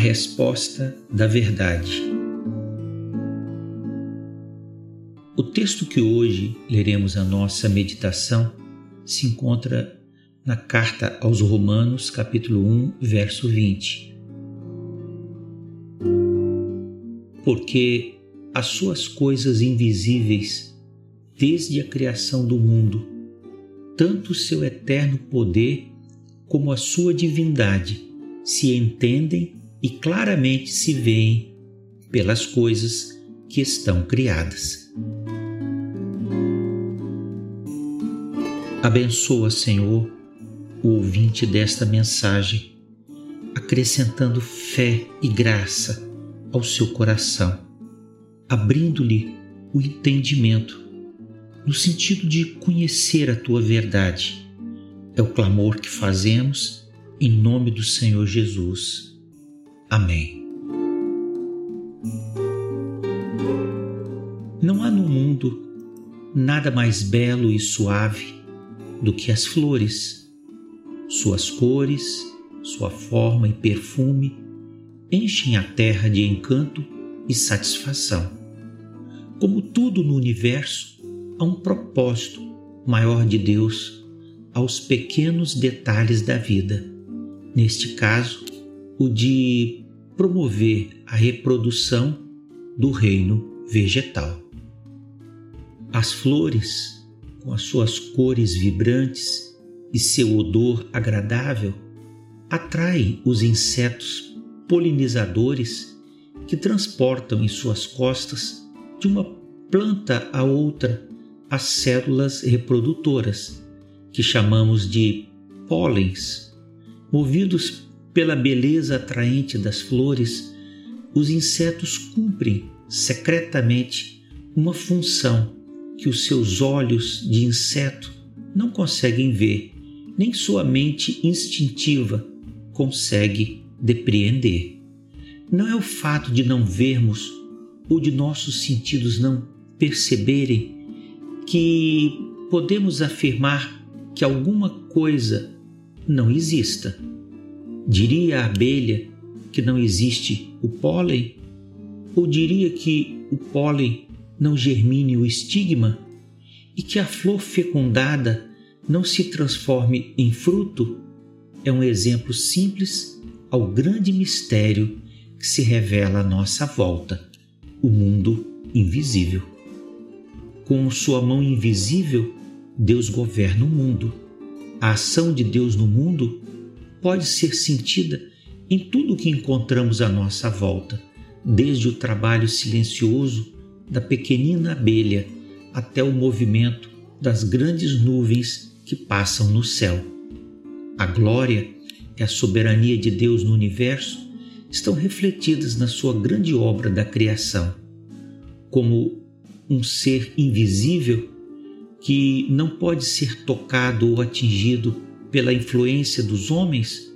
resposta da verdade. O texto que hoje leremos a nossa meditação se encontra na carta aos Romanos, capítulo 1, verso 20. Porque as suas coisas invisíveis, desde a criação do mundo, tanto o seu eterno poder como a sua divindade, se entendem e claramente se veem pelas coisas que estão criadas. Abençoa, Senhor, o ouvinte desta mensagem, acrescentando fé e graça ao seu coração, abrindo-lhe o entendimento, no sentido de conhecer a Tua verdade. É o clamor que fazemos em nome do Senhor Jesus. Amém. Não há no mundo nada mais belo e suave do que as flores. Suas cores, sua forma e perfume enchem a terra de encanto e satisfação. Como tudo no universo, há um propósito maior de Deus aos pequenos detalhes da vida. Neste caso, o de promover a reprodução do reino vegetal. As flores, com as suas cores vibrantes e seu odor agradável, atraem os insetos polinizadores que transportam em suas costas, de uma planta a outra, as células reprodutoras, que chamamos de pólens. Movidos pela beleza atraente das flores, os insetos cumprem secretamente uma função que os seus olhos de inseto não conseguem ver, nem sua mente instintiva consegue depreender. Não é o fato de não vermos ou de nossos sentidos não perceberem que podemos afirmar que alguma coisa não exista. Diria a abelha que não existe o pólen? Ou diria que o pólen não germine o estigma? E que a flor fecundada não se transforme em fruto? É um exemplo simples ao grande mistério que se revela à nossa volta, o mundo invisível. Com sua mão invisível, Deus governa o mundo. A ação de Deus no mundo pode ser sentida em tudo o que encontramos à nossa volta, desde o trabalho silencioso da pequenina abelha até o movimento das grandes nuvens que passam no céu. A glória e a soberania de Deus no universo estão refletidas na sua grande obra da criação. Como um ser invisível que não pode ser tocado ou atingido pela influência dos homens,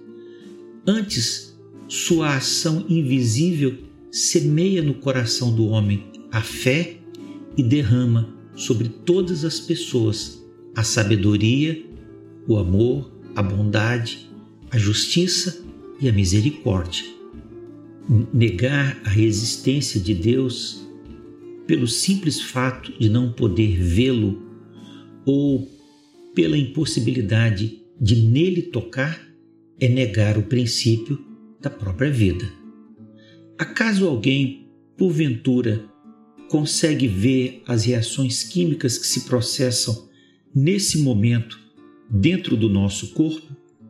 antes sua ação invisível semeia no coração do homem a fé e derrama sobre todas as pessoas a sabedoria, o amor, a bondade, a justiça e a misericórdia. Negar a existência de Deus pelo simples fato de não poder vê-lo ou pela impossibilidade de nele tocar é negar o princípio da própria vida. Acaso alguém, porventura, consegue ver as reações químicas que se processam nesse momento dentro do nosso corpo?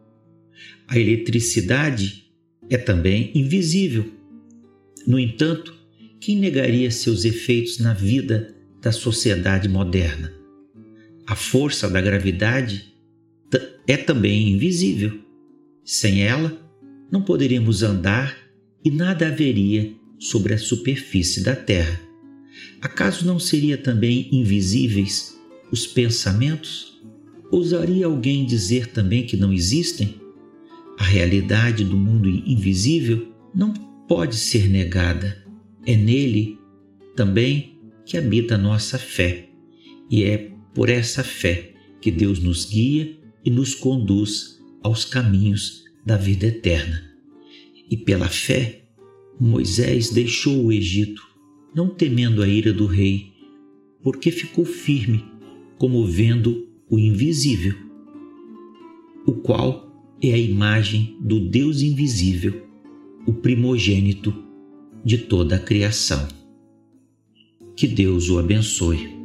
A eletricidade é também invisível. No entanto, quem negaria seus efeitos na vida da sociedade moderna? A força da gravidade é também invisível. Sem ela, não poderíamos andar e nada haveria sobre a superfície da Terra. Acaso não seria também invisíveis os pensamentos? Ousaria alguém dizer também que não existem? A realidade do mundo invisível não pode ser negada. É nele também que habita a nossa fé, e é por essa fé que Deus nos guia e nos conduz aos caminhos da vida eterna. E pela fé Moisés deixou o Egito, não temendo a ira do rei, porque ficou firme, como vendo o invisível, o qual é a imagem do Deus invisível, o primogênito de toda a criação. Que Deus o abençoe.